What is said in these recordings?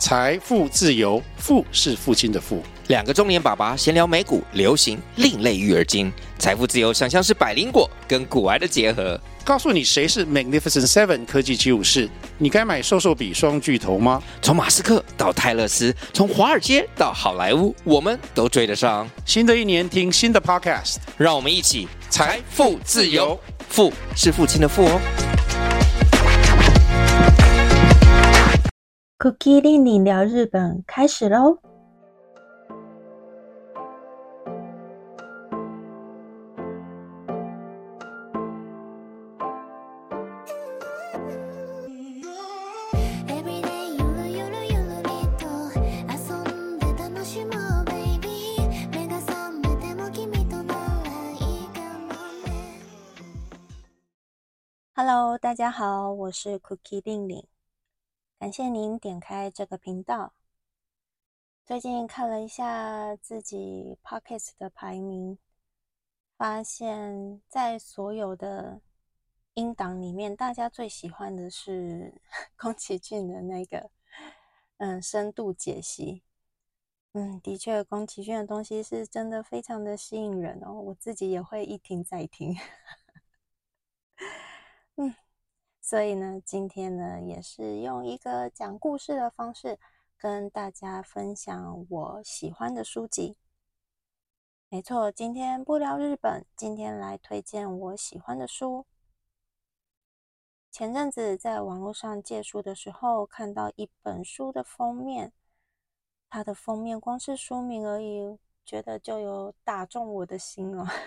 财富自由，富是父亲的富。 两个中年爸爸闲聊美股、流行、另类育儿经。财富自由想象是百灵果跟股癌的结合。 告诉你谁是 Magnificent Seven 科技七武士，你该买瘦瘦比双巨头吗？ 从马斯克到泰勒斯，从华尔街到好莱坞，我们都追得上。 新的一年听新的 Podcast， 让我们一起财富自由， 富是父亲的富哦。 Cookie 令你聊日本开始咯。Hello， 大家好，我是 Cookie 令令。感谢您点开这个频道。最近看了一下自己 Podcast 的排名，发现在所有的音档里面，大家最喜欢的是宫崎骏的那个深度解析。的确，宫崎骏的东西是真的非常的吸引人哦，我自己也会一听再听。所以呢，今天呢也是用一个讲故事的方式跟大家分享我喜欢的书籍。没错，今天不聊日本，今天来推荐我喜欢的书。前阵子在网络上借书的时候，看到一本书的封面，它的封面光是书名而已，觉得就有打中我的心哦，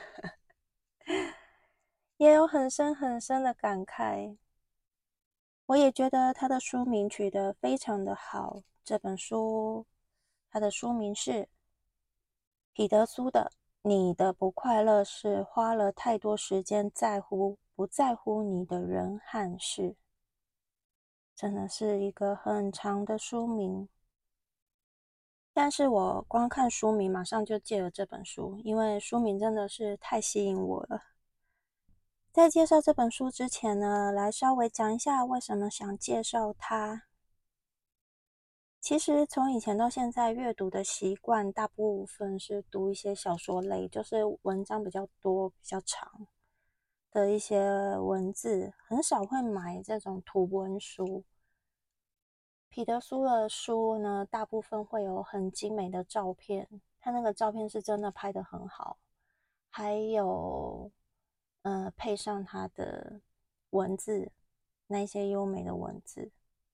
也有很深很深的感慨。我也觉得他的书名取得非常的好。这本书，它的书名是彼得苏的《你的不快乐是花了太多时间不在乎你的人和事》。真的是一个很长的书名，但是我光看书名马上就借了这本书，因为书名真的是太吸引我了。在介绍这本书之前呢，来稍微讲一下为什么想介绍它。其实从以前到现在，阅读的习惯大部分是读一些小说类，就是文章比较多、比较长的一些文字，很少会买这种图文书。彼得苏的书呢，大部分会有很精美的照片，他那个照片是真的拍得很好，还有配上他的文字，那些优美的文字。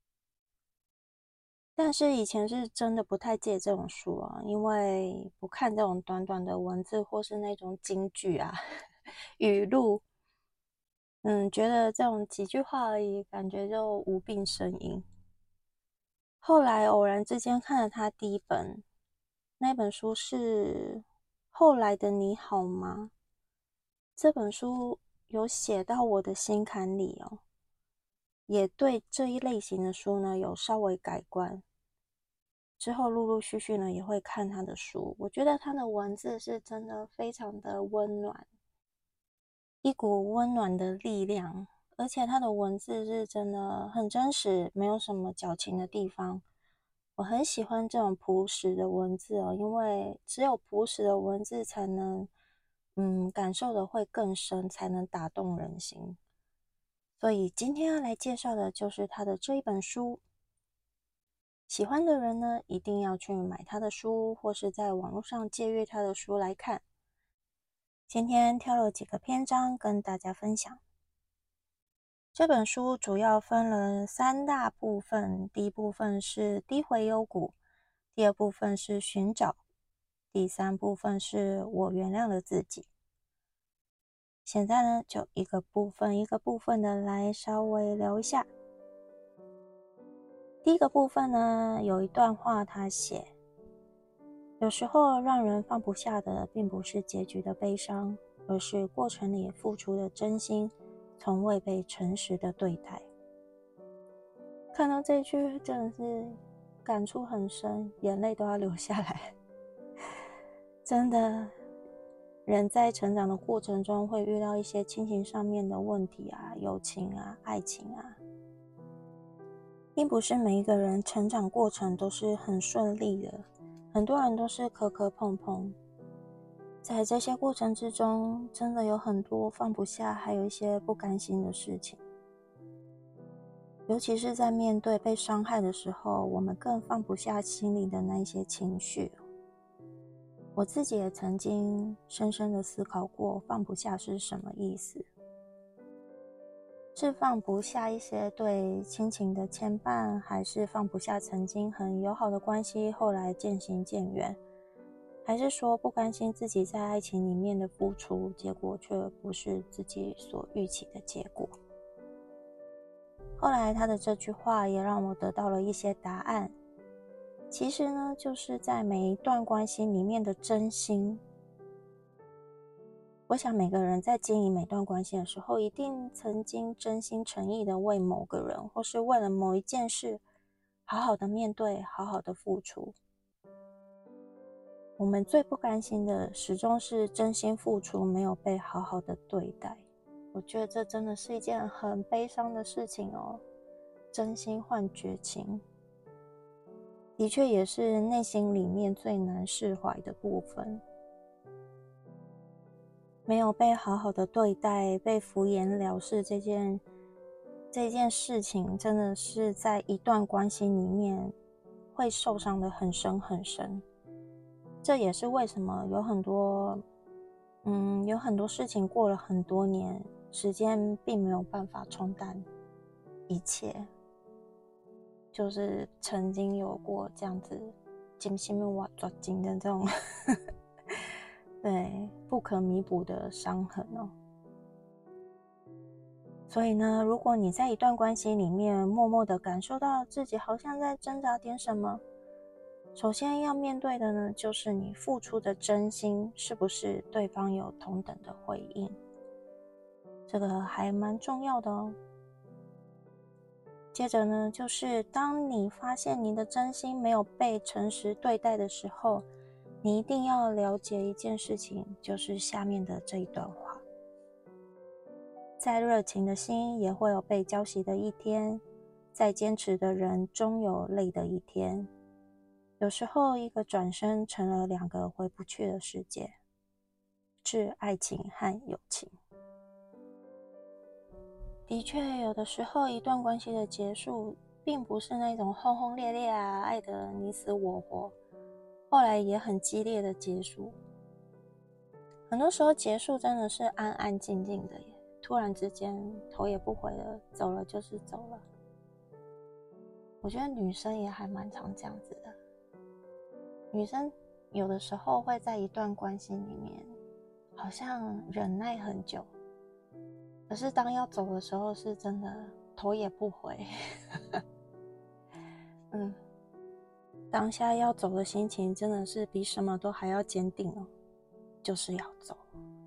但是以前是真的不太借这种书啊，因为不看这种短短的文字或是那种金句啊、语录，觉得这种几句话而已，感觉就无病呻吟。后来偶然之间看了他第一本，那本书是《后来的你好吗》。这本书有写到我的心坎里哦，也对这一类型的书呢有稍微改观。之后陆陆续续呢也会看他的书，我觉得他的文字是真的非常的温暖，一股温暖的力量，而且他的文字是真的很真实，没有什么矫情的地方。我很喜欢这种朴实的文字哦，因为只有朴实的文字才能感受的会更深，才能打动人心。所以今天要来介绍的就是他的这一本书。喜欢的人呢，一定要去买他的书，或是在网络上借阅他的书来看。今天挑了几个篇章跟大家分享。这本书主要分了3大部分，第一部分是低回幽谷，第二部分是寻找，第三部分是我原谅了自己。现在呢，就一个部分一个部分的来稍微聊一下。第一个部分呢，有一段话他写，有时候让人放不下的并不是结局的悲伤，而是过程里付出的真心从未被诚实的对待。看到这句真的是感触很深，眼泪都要流下来。真的，人在成长的过程中会遇到一些亲情上面的问题啊、友情啊、爱情啊， 并不是每一个人成长过程都是很顺利的，很多人都是磕磕碰碰。在这些过程之中，真的有很多放不下，还有一些不甘心的事情。尤其是在面对被伤害的时候，我们更放不下心里的那一些情绪。我自己也曾经深深的思考过，放不下是什么意思？是放不下一些对亲情的牵绊，还是放不下曾经很友好的关系，后来渐行渐远？还是说不甘心自己在爱情里面的付出，结果却不是自己所预期的结果？后来他的这句话也让我得到了一些答案。其实呢，就是在每一段关系里面的真心。我想每个人在经营每段关系的时候，一定曾经真心诚意的为某个人，或是为了某一件事，好好的面对，好好的付出。我们最不甘心的，始终是真心付出没有被好好的对待。我觉得这真的是一件很悲伤的事情哦。真心换绝情，的确也是内心里面最难释怀的部分。没有被好好的对待，被敷衍了事，这件事情真的是在一段关系里面会受伤的很深很深。这也是为什么有很多事情过了很多年，时间并没有办法冲淡一切。就是曾经有过这样子金心挖抓紧的这种对，不可弥补的伤痕哦。所以呢，如果你在一段关系里面默默的感受到自己好像在挣扎点什么，首先要面对的呢，就是你付出的真心是不是对方有同等的回应，这个还蛮重要的哦。接着呢，就是当你发现你的真心没有被诚实对待的时候，你一定要了解一件事情，就是下面的这一段话：再热情的心也会有被浇熄的一天，再坚持的人终有累的一天。有时候一个转身成了两个回不去的世界，是爱情和友情。的确，有的时候一段关系的结束并不是那种轰轰烈烈啊，爱得你死我活，后来也很激烈的结束。很多时候结束真的是安安静静的耶，突然之间头也不回的走了就是走了。我觉得女生也还蛮常这样子的，女生有的时候会在一段关系里面好像忍耐很久，可是当要走的时候是真的头也不回当下要走的心情真的是比什么都还要坚定哦，就是要走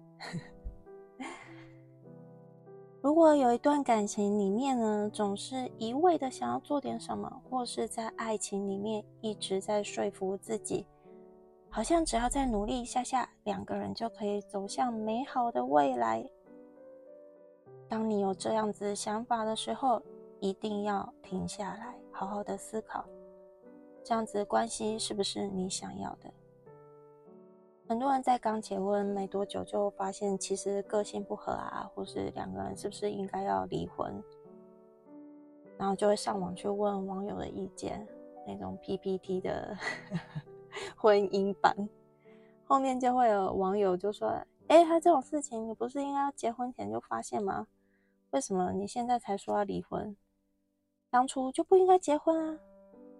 如果有一段感情里面呢，总是一味的想要做点什么，或是在爱情里面一直在说服自己，好像只要再努力一下下，两个人就可以走向美好的未来。当你有这样子想法的时候，一定要停下来，好好的思考，这样子关系是不是你想要的？很多人在刚结婚没多久就发现其实个性不合啊，或是两个人是不是应该要离婚，然后就会上网去问网友的意见，那种 PPT 的婚姻版，后面就会有网友就说他这种事情你不是应该要结婚前就发现吗？为什么你现在才说要离婚？当初就不应该结婚啊。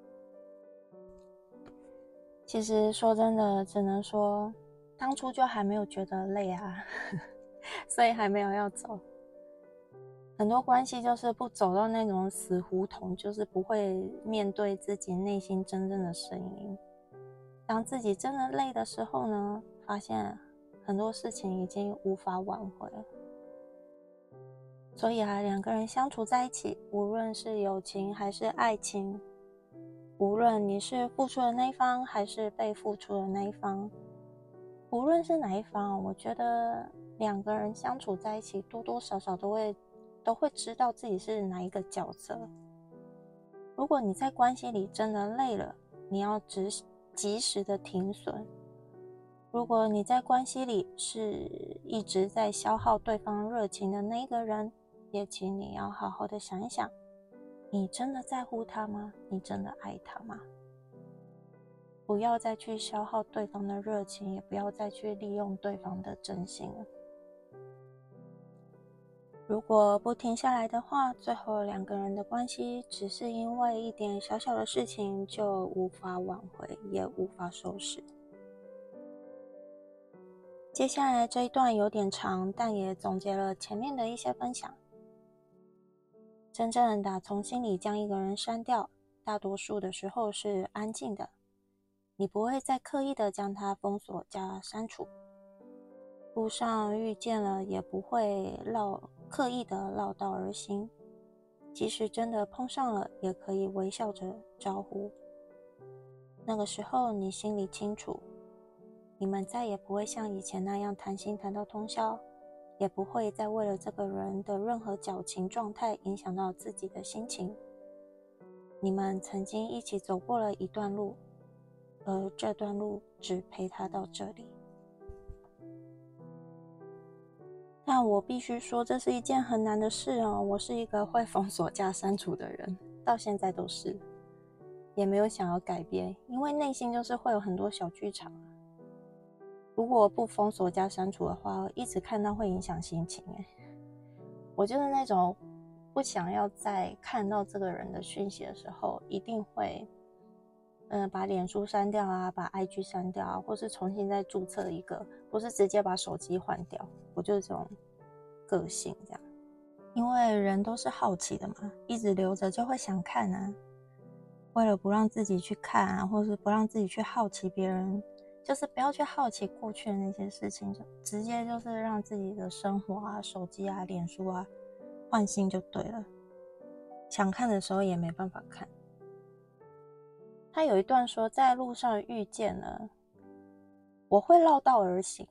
其实说真的，只能说当初就还没有觉得累啊所以还没有要走。很多关系就是不走到那种死胡同，就是不会面对自己内心真正的声音。当自己真的累的时候呢，发现很多事情已经无法挽回了。所以两个人相处在一起，无论是友情还是爱情，无论你是付出的那一方还是被付出的那一方，无论是哪一方，我觉得两个人相处在一起，多多少少都会知道自己是哪一个角色。 如果你在关系里真的累了，你要及时的停损。如果你在关系里是一直在消耗对方热情的那个人，也请你要好好的想一想，你真的在乎他吗？你真的爱他吗？不要再去消耗对方的热情，也不要再去利用对方的真心了。如果不停下来的话，最后两个人的关系只是因为一点小小的事情就无法挽回，也无法收拾。接下来这一段有点长，但也总结了前面的一些分享。真正打从心里将一个人删掉，大多数的时候是安静的，你不会再刻意的将他封锁加删除。路上遇见了也不会刻意的绕道而行，即使真的碰上了，也可以微笑着招呼。那个时候你心里清楚，你们再也不会像以前那样谈心谈到通宵，也不会再为了这个人的任何矫情状态影响到自己的心情。你们曾经一起走过了一段路，而这段路只陪他到这里。但我必须说，这是一件很难的事哦。我是一个会封锁加删除的人，到现在都是，也没有想要改变，因为内心就是会有很多小剧场。如果不封锁加删除的话，一直看到会影响心情。我就是那种不想要再看到这个人的讯息的时候，一定会把脸书删掉啊，把 IG 删掉啊，或是重新再注册一个，或是直接把手机换掉。我就是这种个性这样，因为人都是好奇的嘛，一直留着就会想看啊。为了不让自己去看啊，或是不让自己去好奇别人，就是不要去好奇过去的那些事情，就直接就是让自己的生活啊、手机啊、脸书啊换新就对了。想看的时候也没办法看。他有一段说，在路上遇见了，我会绕道而行。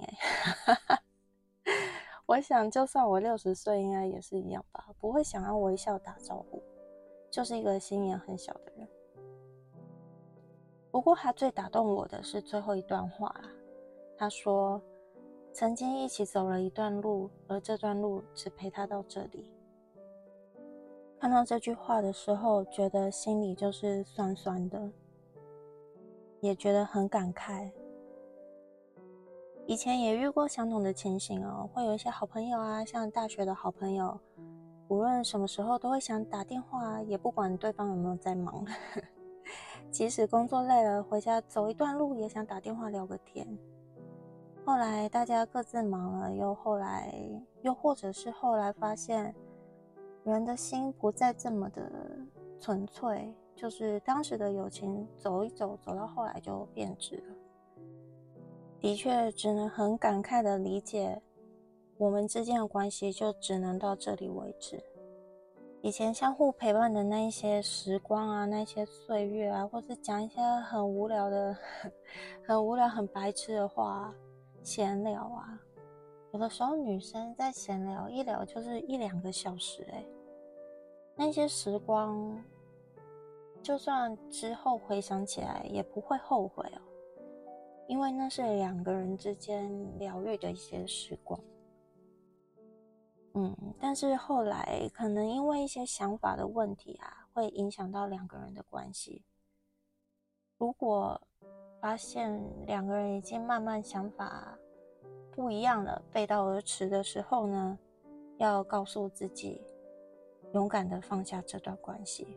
我想就算我60岁应该也是一样吧，不会想要微笑打招呼，就是一个心眼很小的人。不过他最打动我的是最后一段话啦。他说曾经一起走了一段路，而这段路只陪他到这里。看到这句话的时候，觉得心里就是酸酸的，也觉得很感慨。以前也遇过相同的情形哦，会有一些好朋友啊，像大学的好朋友，无论什么时候都会想打电话，也不管对方有没有在忙。即使工作累了，回家走一段路也想打电话聊个天。后来大家各自忙了，又或者是后来发现，人的心不再这么的纯粹，就是当时的友情走一走，走到后来就变质了。的确只能很感慨的理解，我们之间的关系就只能到这里为止。以前相互陪伴的那一些时光啊，那些岁月啊，或是讲一些很无聊的很白痴的话，闲聊啊，有的时候女生在闲聊一聊就是1-2个小时。那些时光就算之后回想起来也不会后悔哦，因为那是2个人之间疗愈的一些时光。但是后来可能因为一些想法的问题啊，会影响到2个人的关系。如果发现2个人已经慢慢想法不一样了，背道而驰的时候呢，要告诉自己，勇敢的放下这段关系。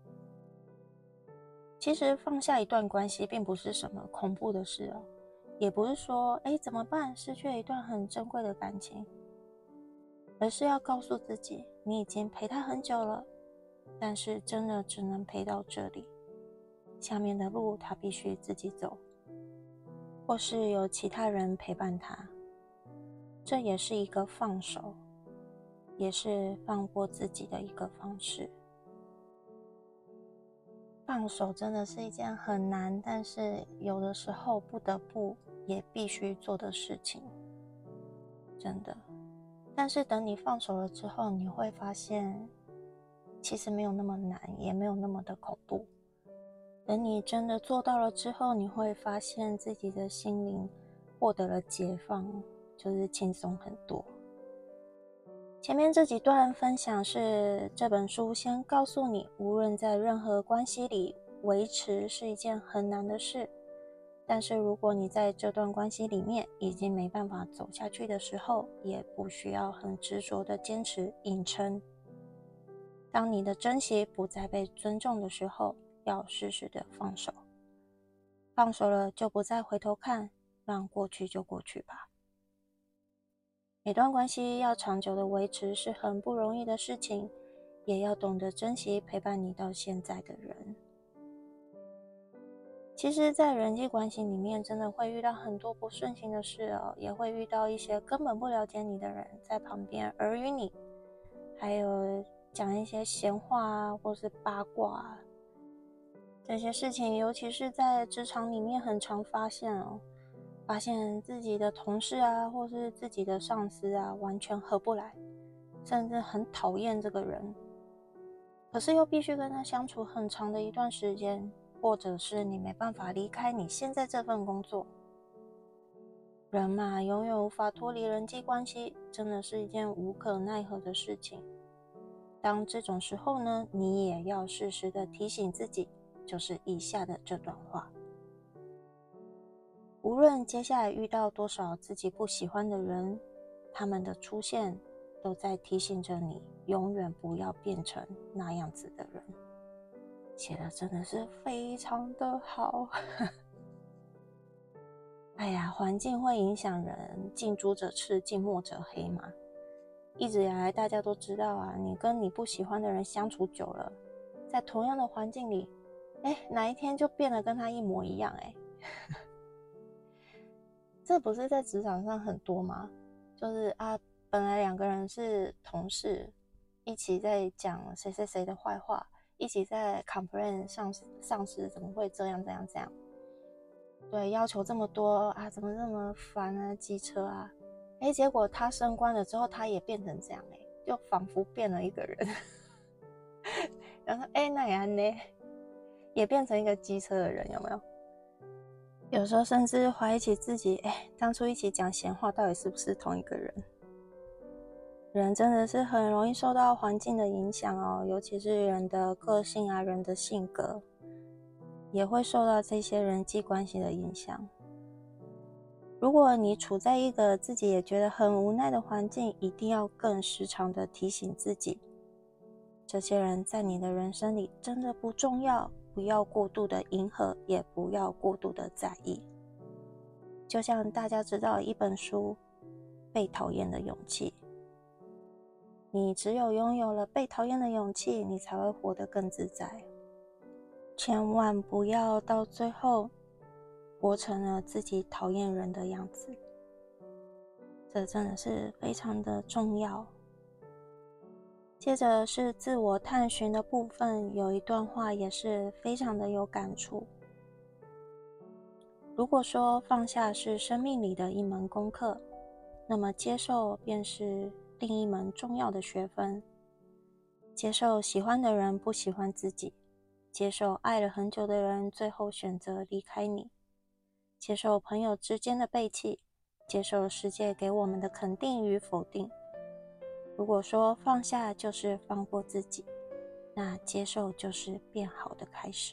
其实放下一段关系并不是什么恐怖的事哦，也不是说怎么办，失去了一段很珍贵的感情，而是要告诉自己，你已经陪他很久了，但是真的只能陪到这里，下面的路他必须自己走，或是有其他人陪伴他。这也是一个放手，也是放过自己的一个方式。放手真的是一件很难，但是有的时候不得不也必须做的事情，真的。但是等你放手了之后，你会发现其实没有那么难，也没有那么的恐怖。等你真的做到了之后，你会发现自己的心灵获得了解放，就是轻松很多。前面这几段分享是这本书先告诉你，无论在任何关系里，维持是一件很难的事。但是如果你在这段关系里面已经没办法走下去的时候，也不需要很执着的坚持硬撑。当你的珍惜不再被尊重的时候，要适时的放手。放手了就不再回头看，让过去就过去吧。每段关系要长久的维持是很不容易的事情，也要懂得珍惜陪伴你到现在的人。其实在人际关系里面真的会遇到很多不顺心的事哦，也会遇到一些根本不了解你的人在旁边耳语你，还有讲一些闲话啊，或是八卦啊。这些事情尤其是在职场里面很常发现哦，发现自己的同事啊，或是自己的上司啊，完全合不来，甚至很讨厌这个人，可是又必须跟他相处很长的一段时间，或者是你没办法离开你现在这份工作。人嘛，永远无法脱离人际关系，真的是一件无可奈何的事情。当这种时候呢，你也要适时的提醒自己，就是以下的这段话。无论接下来遇到多少自己不喜欢的人，他们的出现都在提醒着你，永远不要变成那样子的人。写的真的是非常的好。哎呀，环境会影响人，近朱者赤，近墨者黑嘛。一直以来大家都知道啊，你跟你不喜欢的人相处久了，在同样的环境里，哪一天就变得跟他一模一样这不是在职场上很多吗？就是啊，本来两个人是同事，一起在讲谁谁谁的坏话，一起在 complain 上司怎么会这样，对，要求这么多啊，怎么这么烦啊，机车啊，结果他升官了之后，他也变成这样就仿佛变了一个人。然后那也呢，也变成一个机车的人，有没有？有时候甚至怀疑起自己，当初一起讲闲话，到底是不是同一个人？人真的是很容易受到环境的影响哦，尤其是人的个性啊，人的性格，也会受到这些人际关系的影响。如果你处在一个自己也觉得很无奈的环境，一定要更时常的提醒自己，这些人在你的人生里真的不重要，不要过度的迎合，也不要过度的在意。就像大家知道一本书《被讨厌的勇气》，你只有拥有了被讨厌的勇气，你才会活得更自在。千万不要到最后活成了自己讨厌人的样子，这真的是非常的重要。接着是自我探寻的部分，有一段话也是非常的有感触。如果说放下是生命里的一门功课，那么接受便是另一门重要的学分。接受喜欢的人不喜欢自己，接受爱了很久的人最后选择离开你，接受朋友之间的背弃，接受世界给我们的肯定与否定。如果说放下就是放过自己，那接受就是变好的开始。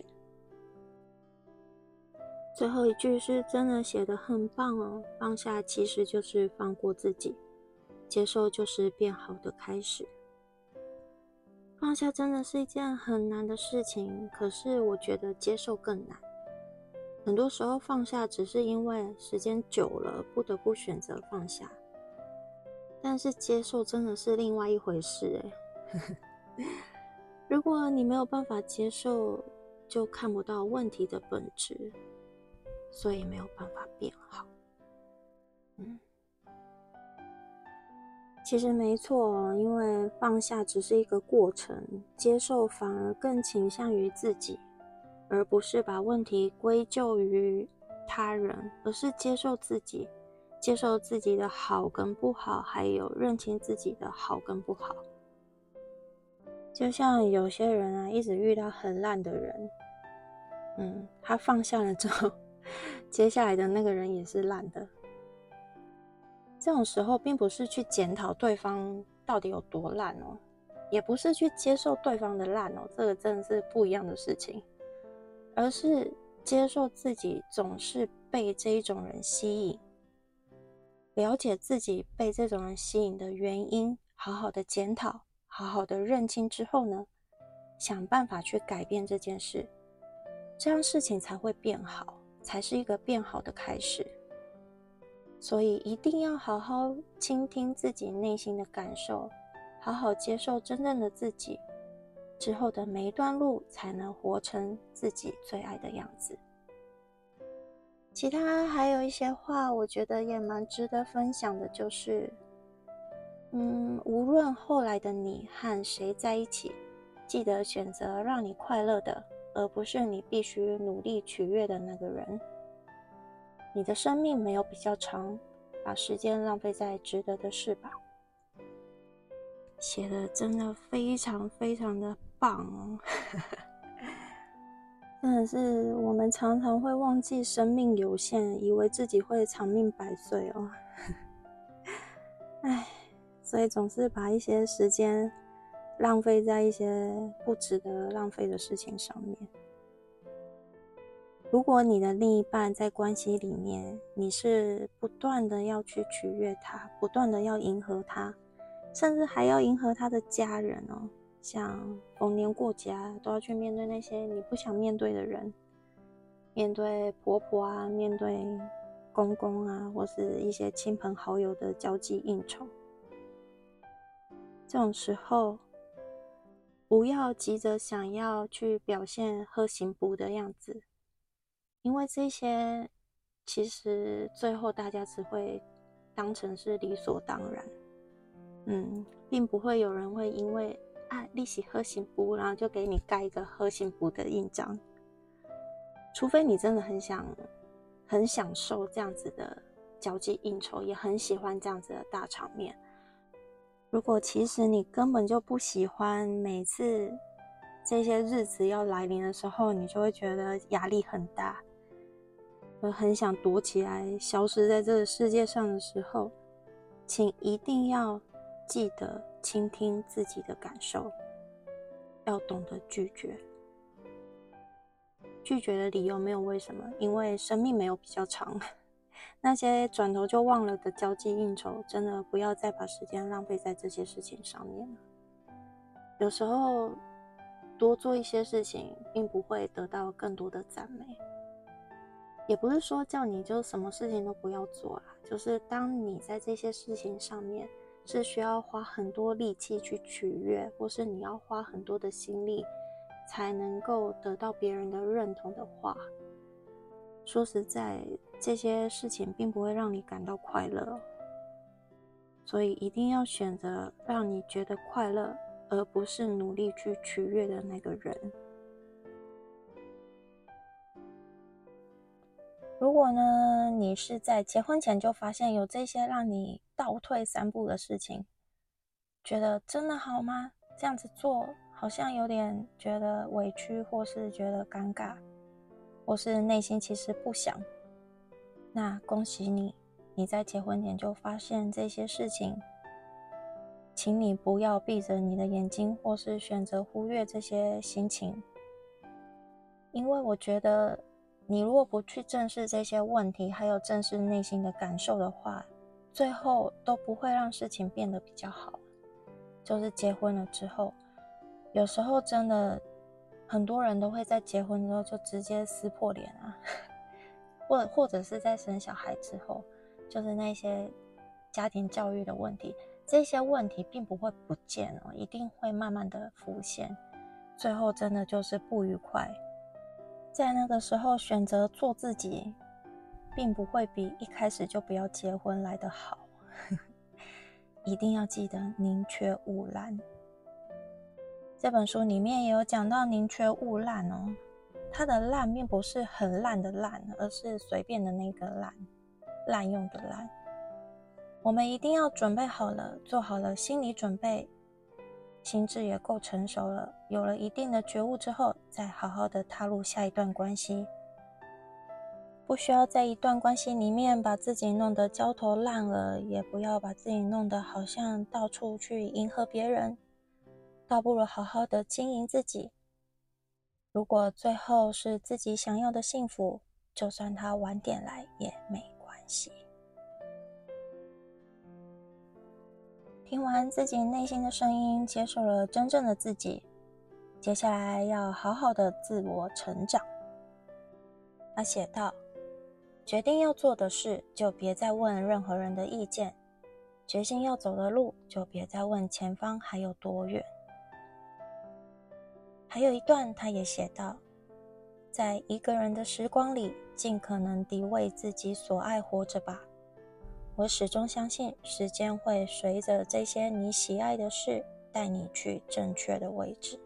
最后一句是真的写得很棒哦，放下其实就是放过自己，接受就是变好的开始。放下真的是一件很难的事情，可是我觉得接受更难。很多时候放下只是因为时间久了不得不选择放下，但是接受真的是另外一回事如果你没有办法接受，就看不到问题的本质，所以没有办法变好。其实没错，因为放下只是一个过程，接受反而更倾向于自己，而不是把问题归咎于他人，而是接受自己，接受自己的好跟不好，还有认清自己的好跟不好。 就像有些人啊，一直遇到很烂的人，他放下了之后，接下来的那个人也是烂的。这种时候并不是去检讨对方到底有多烂哦，也不是去接受对方的烂哦，这个真的是不一样的事情，而是接受自己总是被这一种人吸引，了解自己被这种人吸引的原因，好好的检讨，好好的认清之后呢，想办法去改变这件事，这样事情才会变好，才是一个变好的开始。所以一定要好好倾听自己内心的感受，好好接受真正的自己，之后的每一段路才能活成自己最爱的样子。其他还有一些话我觉得也蛮值得分享的，就是无论后来的你和谁在一起，记得选择让你快乐的，而不是你必须努力取悦的那个人。你的生命没有比较长，把时间浪费在值得的事吧。写的真的非常非常的棒哦。真的是我们常常会忘记生命有限，以为自己会长命百岁哦。所以总是把一些时间浪费在一些不值得浪费的事情上面。如果你的另一半在关系里面，你是不断的要去取悦他，不断的要迎合他，甚至还要迎合他的家人哦，像逢年过节都要去面对那些你不想面对的人，面对婆婆啊，面对公公啊，或是一些亲朋好友的交际应酬。这种时候不要急着想要去表现喝行补的样子，因为这些其实最后大家只会当成是理所当然，并不会有人会因为你是喝行补，然后就给你盖一个喝行补的印章，除非你真的很享受这样子的交际应酬，也很喜欢这样子的大场面。如果其实你根本就不喜欢每次这些日子要来临的时候，你就会觉得压力很大，很想躲起来消失在这个世界上的时候，请一定要记得倾听自己的感受，要懂得拒绝。拒绝的理由没有为什么，因为生命没有比较长。那些转头就忘了的交际应酬，真的不要再把时间浪费在这些事情上面了。有时候多做一些事情，并不会得到更多的赞美。也不是说叫你就什么事情都不要做啦，就是当你在这些事情上面是需要花很多力气去取悦，或是你要花很多的心力才能够得到别人的认同的话，说实在，这些事情并不会让你感到快乐，所以一定要选择让你觉得快乐，而不是努力去取悦的那个人。如果呢，你是在结婚前就发现有这些让你倒退3步的事情，觉得真的好吗？这样子做好像有点觉得委屈，或是觉得尴尬，或是内心其实不想，那恭喜你，你在结婚前就发现这些事情，请你不要闭着你的眼睛，或是选择忽略这些心情，因为我觉得你如果不去正视这些问题，还有正视内心的感受的话，最后都不会让事情变得比较好。就是结婚了之后，有时候真的很多人都会在结婚之后就直接撕破脸啊，或者是在生小孩之后，就是那些家庭教育的问题，这些问题并不会不见哦，一定会慢慢的浮现，最后真的就是不愉快。在那个时候选择做自己，并不会比一开始就不要结婚来得好。一定要记得宁缺毋滥。这本书里面也有讲到宁缺毋滥哦，它的滥并不是很烂的烂，而是随便的那个滥，滥用的滥。我们一定要准备好了，做好了心理准备， 心智也够成熟了，有了一定的觉悟之后，再好好的踏入下一段关系。不需要在一段关系里面把自己弄得焦头烂额，也不要把自己弄得好像到处去迎合别人，倒不如好好的经营自己。如果最后是自己想要的幸福，就算他晚点来也没关系。听完自己内心的声音，接受了真正的自己，接下来要好好的自我成长。他写道，决定要做的事，就别再问任何人的意见；决心要走的路，就别再问前方还有多远。还有一段他也写道，在一个人的时光里，尽可能地为自己所爱活着吧。我始终相信，时间会随着这些你喜爱的事，带你去正确的位置。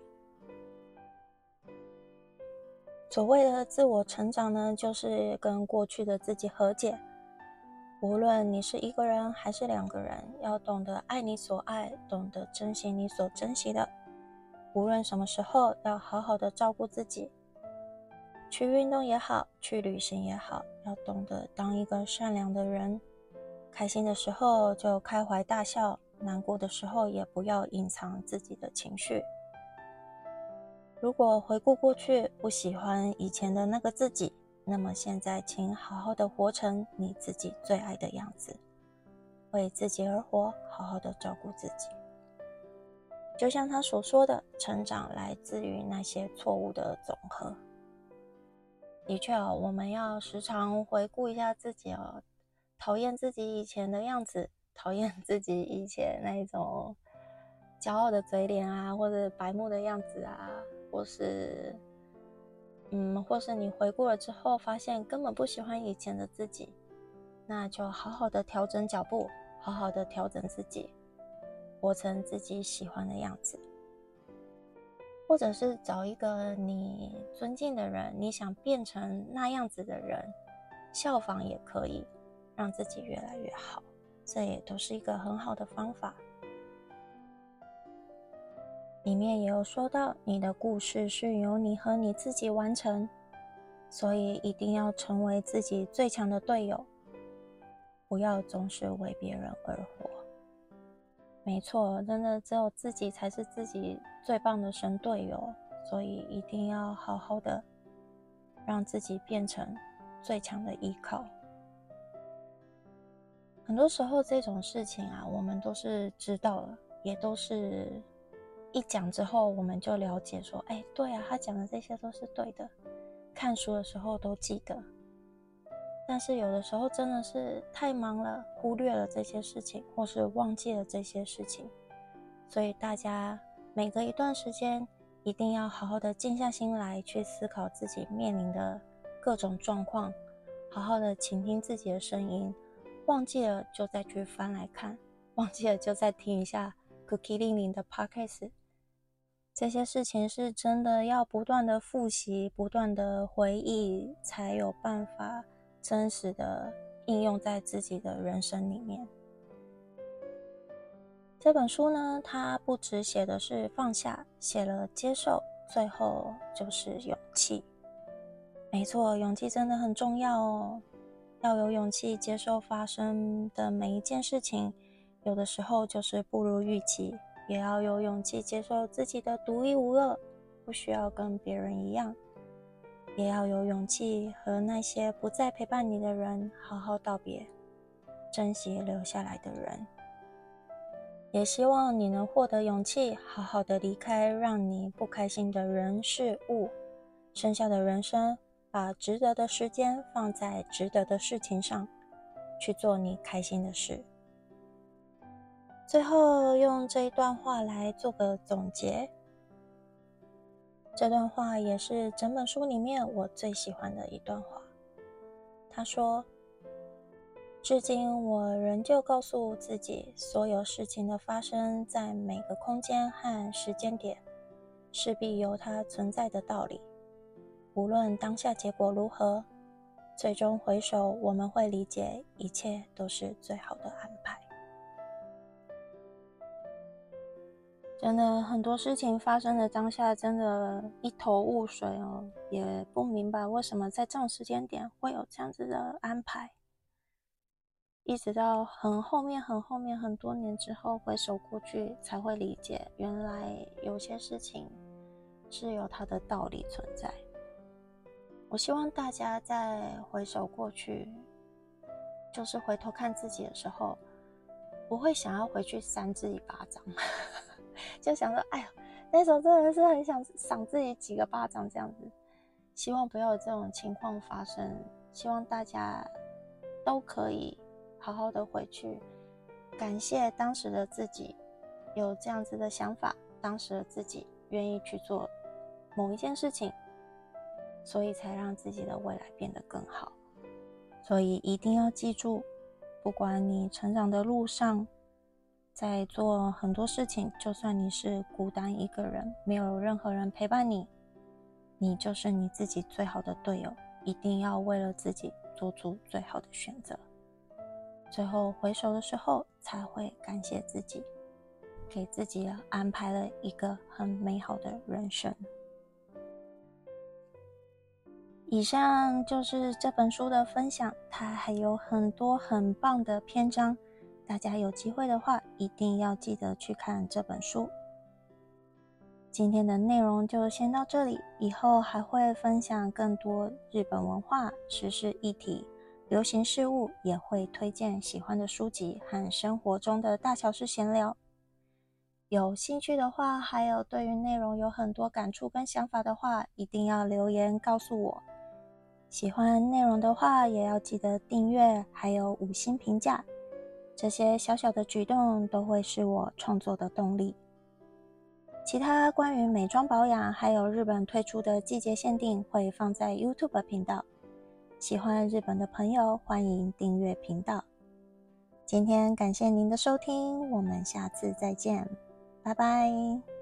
所谓的自我成长呢，就是跟过去的自己和解。无论你是一个人还是两个人，要懂得爱你所爱，懂得珍惜你所珍惜的。无论什么时候，要好好的照顾自己。去运动也好，去旅行也好，要懂得当一个善良的人。开心的时候就开怀大笑，难过的时候也不要隐藏自己的情绪。如果回顾过去，不喜欢以前的那个自己，那么现在请好好的活成你自己最爱的样子，为自己而活，好好的照顾自己。就像他所说的，成长来自于那些错误的总和。的确我们要时常回顾一下自己讨厌自己以前的样子，讨厌自己以前那一种骄傲的嘴脸啊，或者白目的样子啊，或是你回顾了之后发现根本不喜欢以前的自己，那就好好的调整脚步，好好的调整自己，活成自己喜欢的样子。或者是找一个你尊敬的人，你想变成那样子的人，效仿也可以，让自己越来越好，这也都是一个很好的方法。里面也有说到，你的故事是由你和你自己完成，所以一定要成为自己最强的队友，不要总是为别人而活。没错，真的只有自己才是自己最棒的神队友，所以一定要好好的让自己变成最强的依靠。很多时候这种事情啊，我们都是知道了，也都是一讲之后我们就了解说，对啊，他讲的这些都是对的，看书的时候都记得。但是有的时候真的是太忙了，忽略了这些事情，或是忘记了这些事情。所以大家每隔一段时间一定要好好的静下心来，去思考自己面临的各种状况，好好的倾听自己的声音，忘记了就再去翻来看，忘记了就再听一下 Cookie 玲玲的 Podcast。 这些事情是真的要不断的复习，不断的回忆，才有办法真实的应用在自己的人生里面。这本书呢，它不只写的是放下，写了接受，最后就是勇气。没错，勇气真的很重要哦，要有勇气接受发生的每一件事情，有的时候就是不如预期，也要有勇气接受自己的独一无二，不需要跟别人一样，也要有勇气和那些不再陪伴你的人好好道别，珍惜留下来的人。也希望你能获得勇气，好好的离开让你不开心的人事物，剩下的人生把值得的时间放在值得的事情上，去做你开心的事。最后用这一段话来做个总结，这段话也是整本书里面我最喜欢的一段话。他说，至今我仍旧告诉自己，所有事情的发生在每个空间和时间点，势必有它存在的道理。无论当下结果如何，最终回首我们会理解，一切都是最好的安排。 真的很多事情发生的当下，真的一头雾水哦，也不明白为什么在这种时间点会有这样子的安排。一直到很后面很多年之后回首过去，才会理解原来有些事情是有它的道理存在。我希望大家在回首过去，就是回头看自己的时候，不会想要回去扇自己巴掌就想说哎呀，那时候真的是很想赏自己几个巴掌这样子。希望不要有这种情况发生，希望大家都可以好好的回去，感谢当时的自己有这样子的想法，当时的自己愿意去做某一件事情，所以才让自己的未来变得更好。所以一定要记住，不管你成长的路上在做很多事情，就算你是孤单一个人，没有任何人陪伴你，你就是你自己最好的队友，一定要为了自己做出最好的选择。最后回首的时候，才会感谢自己，给自己安排了一个很美好的人生。以上就是这本书的分享，它还有很多很棒的篇章，大家有机会的话，一定要记得去看这本书。今天的内容就先到这里，以后还会分享更多日本文化、时事议题、流行事物，也会推荐喜欢的书籍和生活中的大小事闲聊。有兴趣的话，还有对于内容有很多感触跟想法的话，一定要留言告诉我。喜欢内容的话，也要记得订阅，还有5星评价。这些小小的举动都会是我创作的动力。其他关于美妆保养，还有日本推出的季节限定，会放在 YouTube 频道。喜欢日本的朋友，欢迎订阅频道。今天感谢您的收听，我们下次再见，拜拜。